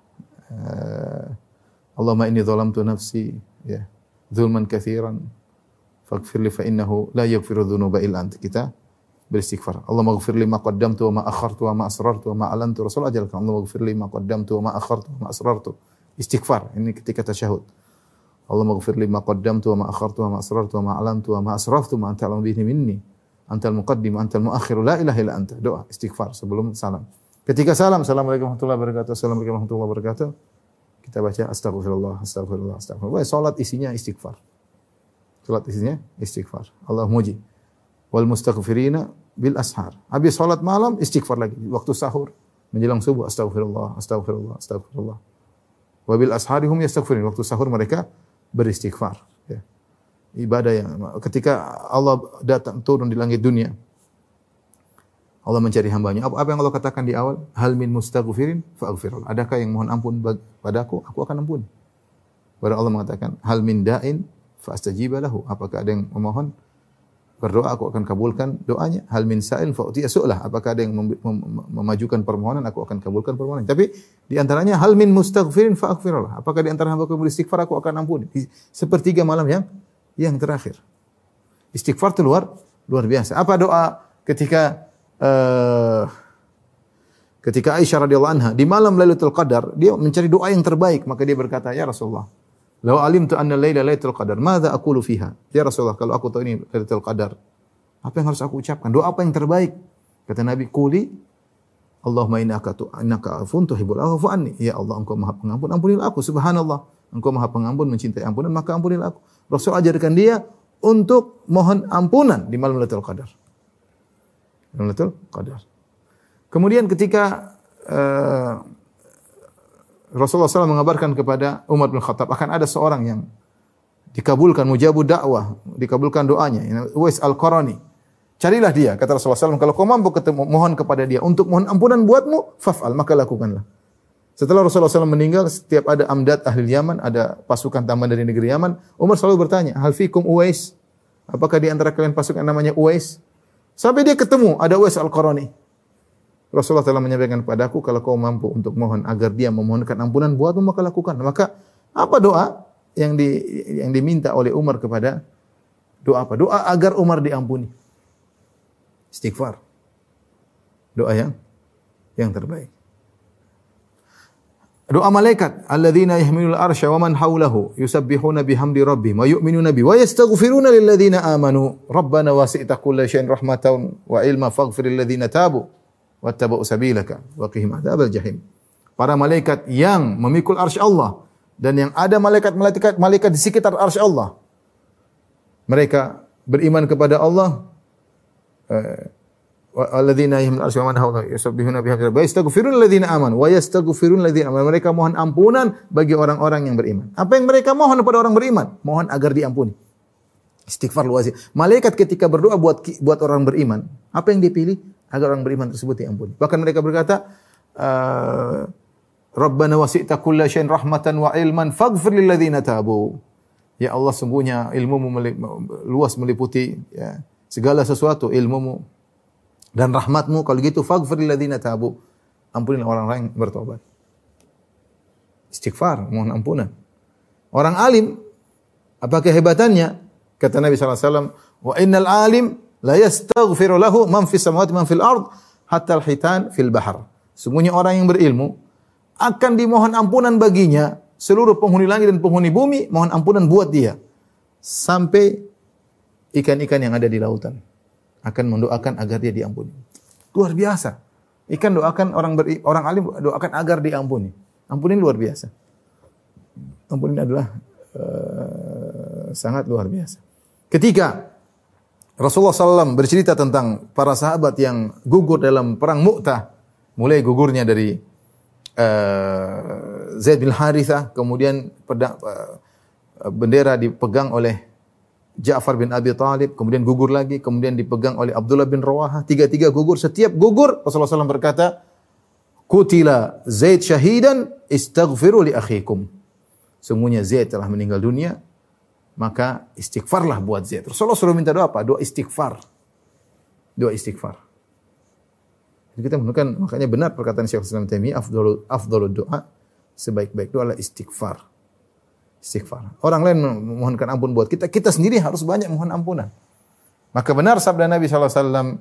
Allahumma inni zalamtu nafsi, ya, zulman katsiran faghfirli fa innahu la yaghfiru dzunuba illa anta. Kita beristighfar. Allahumma ighfirli ma qaddamtu wa ma akhartu wa ma asrartu wa ma alantu. Rasul ajalkan Allahumma ighfirli ma qaddamtu wa ma akhartu wa ma asrartu. Istighfar ini ketika tasyahud. Allahumma ighfirli ma qaddamtu wa ma akhartu wa ma asrartu wa ma alantu wa ma asraftu ma anta a'lamu bihi minni. Antal muqaddim antal muakhir la ilaha illa anta. Doa istighfar sebelum salam. Ketika salam, assalamualaikum warahmatullahi wabarakatuh, assalamualaikum warahmatullahi wabarakatuh, kita baca astagfirullah, astagfirullah, astagfirullah. Salat isinya istighfar. Salat isinya istighfar. Allah muji. Wal mustaghfirina bil ashar. Habis salat malam istighfar lagi. Waktu sahur menjelang subuh astagfirullah, astagfirullah, astagfirullah. Wa bil asharihum yastaghfirun. Waktu sahur mereka beristighfar, ya. Ibadah yang ketika Allah datang turun di langit dunia, Allah mencari hambanya. Apa yang Allah katakan di awal? Hal min mustaghfirin fa'ghfir. Adakah yang mohon ampun padaku? Aku akan ampun. Baru Allah mengatakan hal min da'in fa'astajib lahu. Apakah ada yang memohon berdoa, aku akan kabulkan doanya. Hal min sa'il fa'utiya su'lah. Apakah ada yang memajukan permohonan, aku akan kabulkan permohonan. Tapi di antaranya hal min mustaghfirin fa'aghfirullah. Apakah di antara hamba-Ku yang beristighfar, aku akan ampuni. Sepertiga malam yang terakhir. Istighfar itu luar biasa. Apa doa ketika Aisyah radhiyallahu anha di malam Lailatul Qadar, dia mencari doa yang terbaik, maka dia berkata, "Ya Rasulullah, law alimtu anna laila Lailatul Qadar, madza aqulu fiha?" Ya Rasulullah, kalau aku tahu ini Lailatul Qadar, apa yang harus aku ucapkan? Doa apa yang terbaik? Kata Nabi, "Quli Allahumma innaka afun tuhibbul afwa fa'fu anni. Ya Allah, Engkau Maha Pengampun, ampunilah aku. Subhanallah. Engkau Maha Pengampun, mencintai ampunan, maka ampunilah aku. Rasul ajarkan dia untuk mohon ampunan di malam Lailatul Qadar. Lailatul Qadar. Kemudian ketika Rasulullah SAW mengabarkan kepada Umar bin Khattab akan ada seorang yang dikabulkan mujabud dakwah, dikabulkan doanya, Uwais Al-Qarani. Carilah dia, kata Rasulullah SAW, kalau kau mampu mohon kepada dia untuk mohon ampunan buatmu, faf'al, maka lakukanlah. Setelah Rasulullah SAW meninggal, setiap ada amdad ahli Yaman, ada pasukan tambahan dari negeri Yaman, Umar selalu bertanya, hal fikum Uwais? Apakah di antara kalian pasukan namanya Uwais? Sampai dia ketemu, ada Uwais Al-Qarani. Rasulullah telah menyampaikan kepadaku, kalau kau mampu untuk mohon agar dia memohonkan ampunan buatmu, maka lakukan. Maka apa doa yang diminta oleh Umar kepada doa apa? Doa agar Umar diampuni. Istighfar. Doa yang terbaik. Doa malaikat, alladzina yahmilul arsya wa man hawlahu yusabbihuna bihamdi rabbihim wa yu'minuna bi wa yastaghfiruna lil ladzina amanu rabbana wasi'ta kulla syai'in rahmatan wa ilma faghfir lil ladzina tabu wattaba'u sabilaka wa qihim adzabal jahim. Para malaikat yang memikul arsy Allah dan yang ada malaikat di sekitar arsy Allah. Mereka beriman kepada Allah. Alladzina yahmilul arsya wa man hawlahu yusabbihuna bihamdi rabbihim wa yastaghfiruna lil ladzina amanu wa yastaghfiruna lil ladzina amanu. Mereka mohon ampunan bagi orang-orang yang beriman. Apa yang mereka mohon kepada orang beriman? Mohon agar diampuni. Istighfar luas. Malaikat ketika berdoa buat orang beriman, apa yang dipilih? Agar orang beriman tersebut diampuni. Bahkan mereka berkata, Rabbana wasi'ta kulla syai'in rahmatan wa ilman faghfir lil ladzina tabu. Ya Allah, sungguhnya ilmu-Mu luas meliputi ya, segala sesuatu, ilmu-Mu dan rahmat-Mu. Kalau gitu faghfir lil ladzina tabu. Ampunilah orang-orang yang bertobat. Istighfar, mohon ampunan. Orang alim, apa kehebatannya? Kata Nabi sallallahu alaihi wasallam, "Wa innal alim la yastaghfiru lahu man fis samawati man fil ard hatta al-hitan fil bahr." Sungguhnya orang yang berilmu akan dimohon ampunan baginya seluruh penghuni langit dan penghuni bumi, mohon ampunan buat dia sampai ikan-ikan yang ada di lautan akan mendoakan agar dia diampuni. Luar biasa. Ikan doakan orang alim doakan agar diampuni. Ampuni luar biasa. Ampuni adalah sangat luar biasa. Ketika Rasulullah SAW bercerita tentang para sahabat yang gugur dalam perang Mu'tah, mulai gugurnya dari Zaid bin Harithah, kemudian bendera dipegang oleh Ja'far bin Abi Thalib, kemudian gugur lagi, kemudian dipegang oleh Abdullah bin Rawaha, tiga-tiga gugur. Setiap gugur Rasulullah SAW berkata, "Qutila Zaid syahidan, istaghfiru li akhikum." Sungguhnya Zaid telah meninggal dunia, maka istighfarlah buat Zaid. Rasulullah suruh minta doa apa? Doa istighfar. Doa istighfar. Jadi kita menemukan, makanya benar perkataan Syekh Islam Taimiyah, afdhalud doa, sebaik-baik doa adalah istighfar. Istighfar. Orang lain memohonkan ampun buat kita, kita sendiri harus banyak mohon ampunan. Maka benar sabda Nabi sallallahu alaihi wasallam,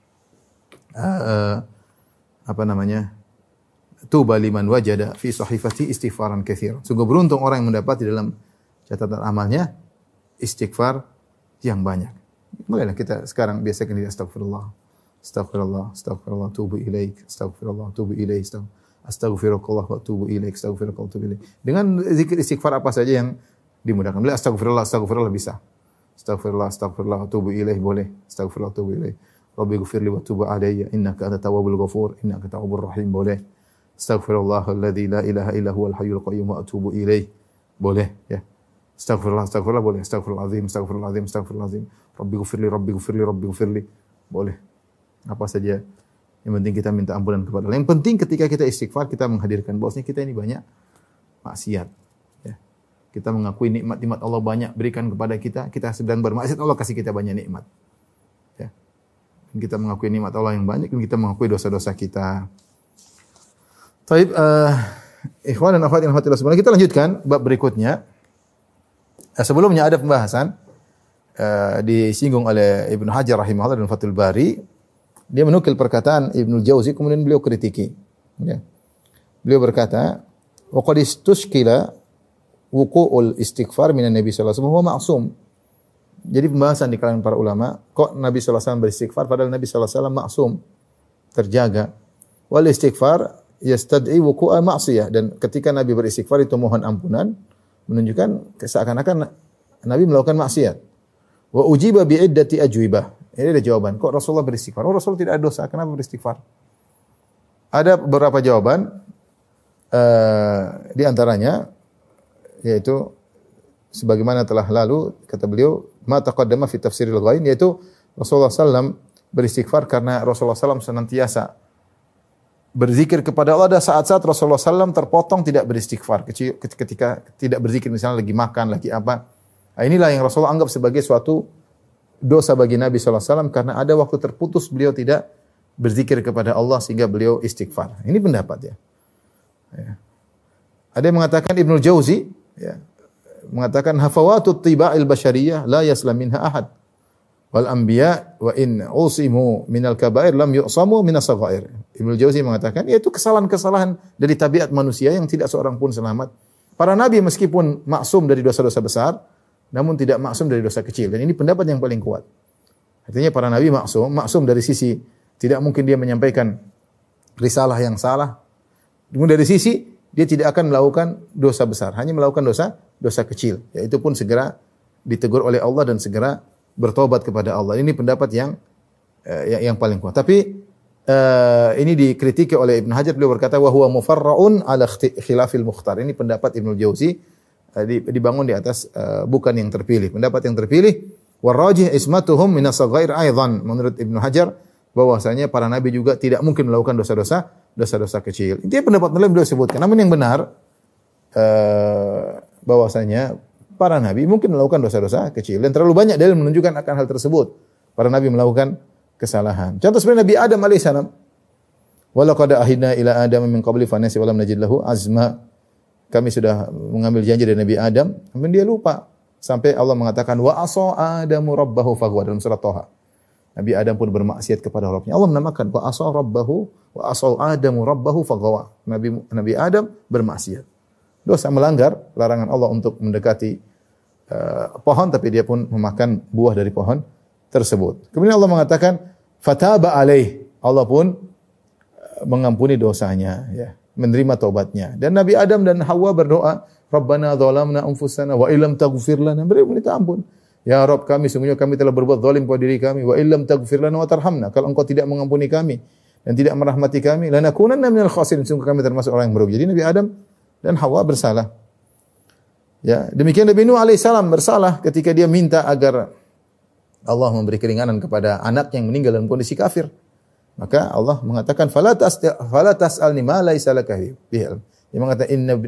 tuba liman wajada fi sahifati istighfaran katsira. Sungguh beruntung orang yang mendapat di dalam catatan amalnya istighfar yang banyak. Mulailah kita sekarang biasakan diri astagfirullah, astagfirullah, astagfirullah, tubu ilaik, astagfirullah, tubu ilaik, astaghfirullah wa tubu ilaik, astaghfirullah wa tubu ilaik. Dengan zikir istighfar apa saja yang dimudahkan. Boleh astagfirullah, astagfirullah bisa. Astagfirullah, astagfirullah, wa tubu ilaik boleh. Astagfirullah, tubu ilaik. Rabbi ghfirli wa tub alayya innaka antat tawwabul ghafur, innaka tawwabur rahim boleh. Astaghfirullahal la ilaha illa huwal hayyul qayyum wa atubu ilaih. Boleh ya. Astagfirullah, astagfirullah boleh. Astagfirullahalazim, astagfirullahalazim, astagfirullahalazim. Rabbi ghfirli, rabbi ghfirli, rabbi ghfirli. Boleh. Apa saja. Yang penting kita minta ampunan kepada Allah. Yang penting ketika kita istighfar, kita menghadirkan bahwasanya kita ini banyak maksiat. Ya. Kita mengakui nikmat-nikmat Allah banyak berikan kepada kita. Kita sedang bermaksiat, Allah kasih kita banyak nikmat. Ya. Dan kita mengakui nikmat Allah yang banyak dan kita mengakui dosa-dosa kita. Baik, ikhwan dan akhwat yang rahmatillah sekalian, kita lanjutkan bab berikutnya. Sebelumnya ada pembahasan disinggung oleh Ibnu Hajar rahimahullah dalam Fathul Bari. Dia menukil perkataan Ibnu Jauzi kemudian beliau kritiki. Ya. Beliau berkata, "Wa qad istushkila wuqu'ul istighfar minan Nabi sallallahu alaihi wasallam huwa ma'sum." Jadi pembahasan di kalangan para ulama, kok Nabi sallallahu alaihi wasallam beristighfar padahal Nabi sallallahu alaihi wasallam maksum, terjaga. Wal istighfar yastad'i wuqu'a ma'siyah, dan ketika Nabi beristighfar itu mohon ampunan, menunjukkan seakan-akan Nabi melakukan maksiat. Wa ujiba bi iddati ajwibah. Ini ada jawaban. Kok Rasulullah beristighfar? Oh, Rasul tidak ada dosa, kenapa beristighfar? Ada beberapa jawaban, di antaranya yaitu sebagaimana telah lalu kata beliau, ma taqaddama fi tafsiril ghain, yaitu Rasulullah sallam beristighfar karena Rasulullah sallam senantiasa berzikir kepada Allah. Ada saat-saat Rasulullah sallam terpotong tidak beristighfar ketika tidak berzikir, misalnya lagi makan, lagi apa. Nah, inilah yang Rasulullah anggap sebagai suatu dosa bagi Nabi sallallahu alaihi wasallam, karena ada waktu terputus beliau tidak berzikir kepada Allah sehingga beliau istighfar. Ini pendapat ya. Ada yang mengatakan, Ibnu Jauzi ya, mengatakan hafawatut tiba'il basyariyah la yaslam minha ahad. Wal anbiya wa in usimu minal kabair lam yu'samu minas saghair. Ibnu Jauzi mengatakan yaitu kesalahan-kesalahan dari tabiat manusia yang tidak seorang pun selamat. Para nabi meskipun maksum dari dosa-dosa besar, namun tidak maksum dari dosa kecil, dan ini pendapat yang paling kuat. Artinya para nabi maksum dari sisi tidak mungkin dia menyampaikan risalah yang salah. Kemudian dari sisi dia tidak akan melakukan dosa besar, hanya melakukan dosa kecil. Yaitu pun segera ditegur oleh Allah dan segera bertobat kepada Allah. Ini pendapat yang paling kuat. Tapi ini dikritiki oleh Ibnu Hajar, beliau berkata wa huwa mufarra'un ala khilafil mukhtar. Ini pendapat Ibnu Jauzi dibangun di atas bukan yang terpilih. Pendapat yang terpilih warajih ismatuhum minas saghair aidan. Menurut Ibnu Hajar bahwasanya para nabi juga tidak mungkin melakukan dosa-dosa kecil. Intinya pendapat beliau sebutkan. Namun yang benar bahwasanya para nabi mungkin melakukan dosa-dosa kecil, dan terlalu banyak dalil menunjukkan akan hal tersebut. Para nabi melakukan kesalahan. Contoh seperti Nabi Adam alaihissalam. Wa laqad ahidna ila Adam min qabli fa nasiya wa lam najid lahu azma. Kami sudah mengambil janji dari Nabi Adam, namun dia lupa. Sampai Allah mengatakan wa asa Adamu rabbahu faghwa dalam surat Thaha. Nabi Adam pun bermaksiat kepada Rabbnya. Allah menamakan wa asa Adamu rabbahu faghwa. Nabi Adam bermaksiat. Dosa, melanggar larangan Allah untuk mendekati pohon, tapi dia pun memakan buah dari pohon tersebut. Kemudian Allah mengatakan fataba alaih. Allah pun mengampuni dosanya, ya, menerima taubatnya. Dan Nabi Adam dan Hawa berdoa, Rabbana zalamna anfusana wa illam taghfir lana. Beri minta ampun. Ya Rabb kami, sungguhnya kami telah berbuat zalim pada diri kami, wa illam taghfir lana wa tarhamna. Kalau Engkau tidak mengampuni kami dan tidak merahmati kami, lanakunanna minal khasirin. Sungguh kami termasuk orang yang merugi. Jadi Nabi Adam dan Hawa bersalah. Ya, demikian Nabi Nuh alaihissalam bersalah ketika dia minta agar Allah memberi keringanan kepada anak yang meninggal dalam kondisi kafir. Maka Allah mengatakan fala tas'alni ma laisa laka bihi. Dia mengatakan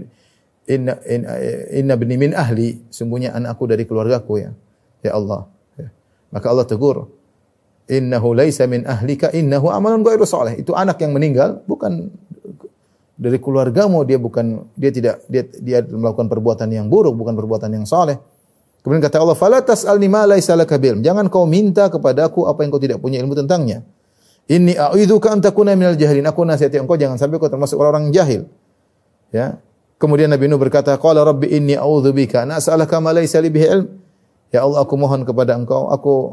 inna ibni min ahli, sungguhnya anakku dari keluargaku, ya. Ya Allah. Ya. Maka Allah tegur, innahu laisa min ahlika innahu amalun ghairu shalih. Itu anak yang meninggal bukan dari keluargamu, dia melakukan perbuatan yang buruk, bukan perbuatan yang saleh. Kemudian kata Allah, fala tas'alni ma laisa laka bil. Jangan kau minta kepadaku apa yang kau tidak punya ilmu tentangnya. Inni a'idzuka an takuna minal jahilin. Aku nasihati engkau jangan sampai kau termasuk orang jahil. Ya. Kemudian Nabi Nuh berkata, qala rabbi inni a'udzubika an as'alaka ma laisa li bihi ilm. Ya Allah, aku mohon kepada engkau,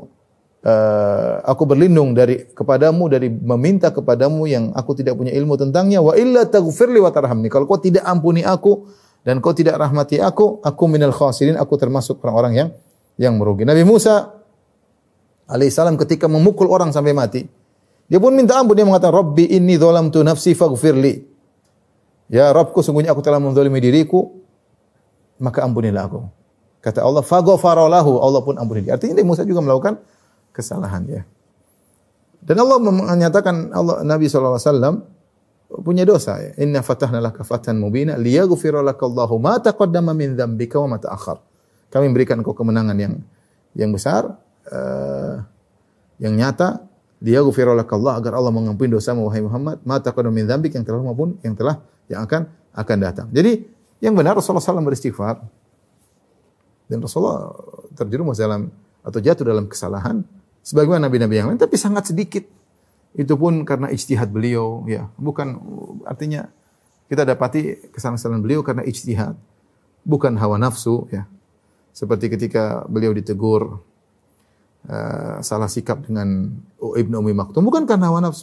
aku berlindung kepadamu dari meminta kepadamu yang aku tidak punya ilmu tentangnya. Wa illa taghfirli wa tarhamni. Kalau kau tidak ampuni aku dan kau tidak rahmati aku minal khasirin, aku termasuk orang-orang yang merugi. Nabi Musa alaihissalam ketika memukul orang sampai mati, dia pun minta ampun. Dia mengatakan, Rabbi inni dzalamtu nafsi faghfirli. Ya Rabbku, sungguhnya aku telah menzalimi diriku, maka ampunilah aku. Kata Allah, faghfara lahu. Allah pun ampuni dia. Artinya Nabi Musa juga melakukan kesalahan, ya. Dan Allah menyatakan, Nabi SAW punya dosa, ya. Inna fatahna laka fathan mubina liyaghfira lakallahu ma taqaddama min dzambika wa ma ta'akhkhar. Kami memberikan engkau kemenangan yang besar, yang nyata, liyaghfira lakallahu, agar Allah mengampuni dosamu wahai Muhammad, ma taqaddama min dzambika, yang telah maupun yang akan datang. Jadi yang benar Rasulullah SAW beristighfar, dan Rasulullah terjerumus atau jatuh dalam kesalahan sebagaimana nabi-nabi yang lain, tapi sangat sedikit. Itu pun karena ijtihad beliau, ya. Bukan, artinya kita dapati kesalahan-kesalahan beliau karena ijtihad, bukan hawa nafsu, ya. Seperti ketika beliau ditegur salah sikap dengan Ibnu Ummi Maktum, bukan karena hawa nafsu.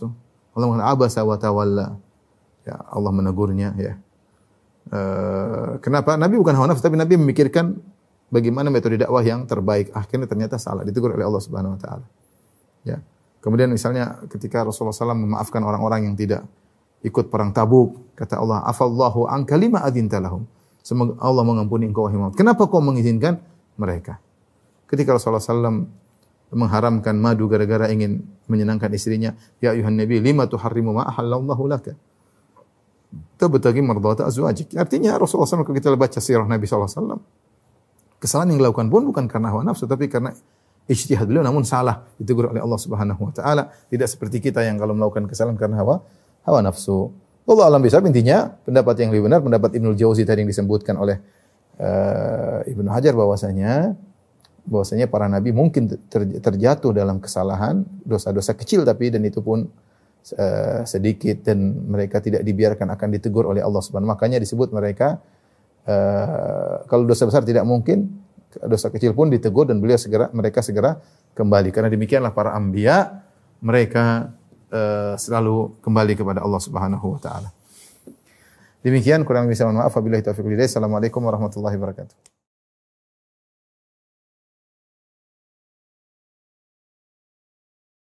Allah mengatakan abasa wa tawalla. Ya, Allah menegurnya ya. Kenapa? Nabi bukan hawa nafsu, tapi Nabi memikirkan bagaimana metode dakwah yang terbaik. Akhirnya ternyata salah, ditegur oleh Allah Subhanahu wa taala. Ya. Kemudian misalnya ketika Rasulullah SAW memaafkan orang-orang yang tidak ikut perang Tabuk, kata Allah, "Afallahu anka lima adzinta lahum." Semoga Allah mengampuni engkau wahai Muhammad. Kenapa kau mengizinkan mereka? Ketika Rasulullah SAW mengharamkan madu gara-gara ingin menyenangkan istrinya, "Ya ayuhan nabi, lima tuharrimu ma ahallallahu laka?" Tabtaghi mardata azwajik. Artinya Rasulullah SAW kalau kita baca sirah Nabi SAW, kesalahan yang dilakukan pun bukan karena hawa nafsu, tapi karena ijtihad beliau, namun salah, ditegur oleh Allah Subhanahu wa taala. Tidak seperti kita yang kalau melakukan kesalahan karena hawa nafsu. Allah alam bisawab. Intinya pendapat yang lebih benar pendapat Ibnu Jauzi tadi yang disebutkan oleh Ibnu Hajar bahwasanya para nabi mungkin terjatuh dalam kesalahan, dosa-dosa kecil tapi dan itu pun sedikit dan mereka tidak dibiarkan akan ditegur oleh Allah Subhanahu. Makanya disebut mereka kalau dosa besar tidak mungkin, dosa kecil pun ditegur dan mereka segera kembali. Karena demikianlah para anbiya, mereka selalu kembali kepada Allah Subhanahu wa taala. Demikian kurang lebih, mohon maaf. Wabillahi taufiq wal hidayah. Assalamualaikum warahmatullahi wabarakatuh.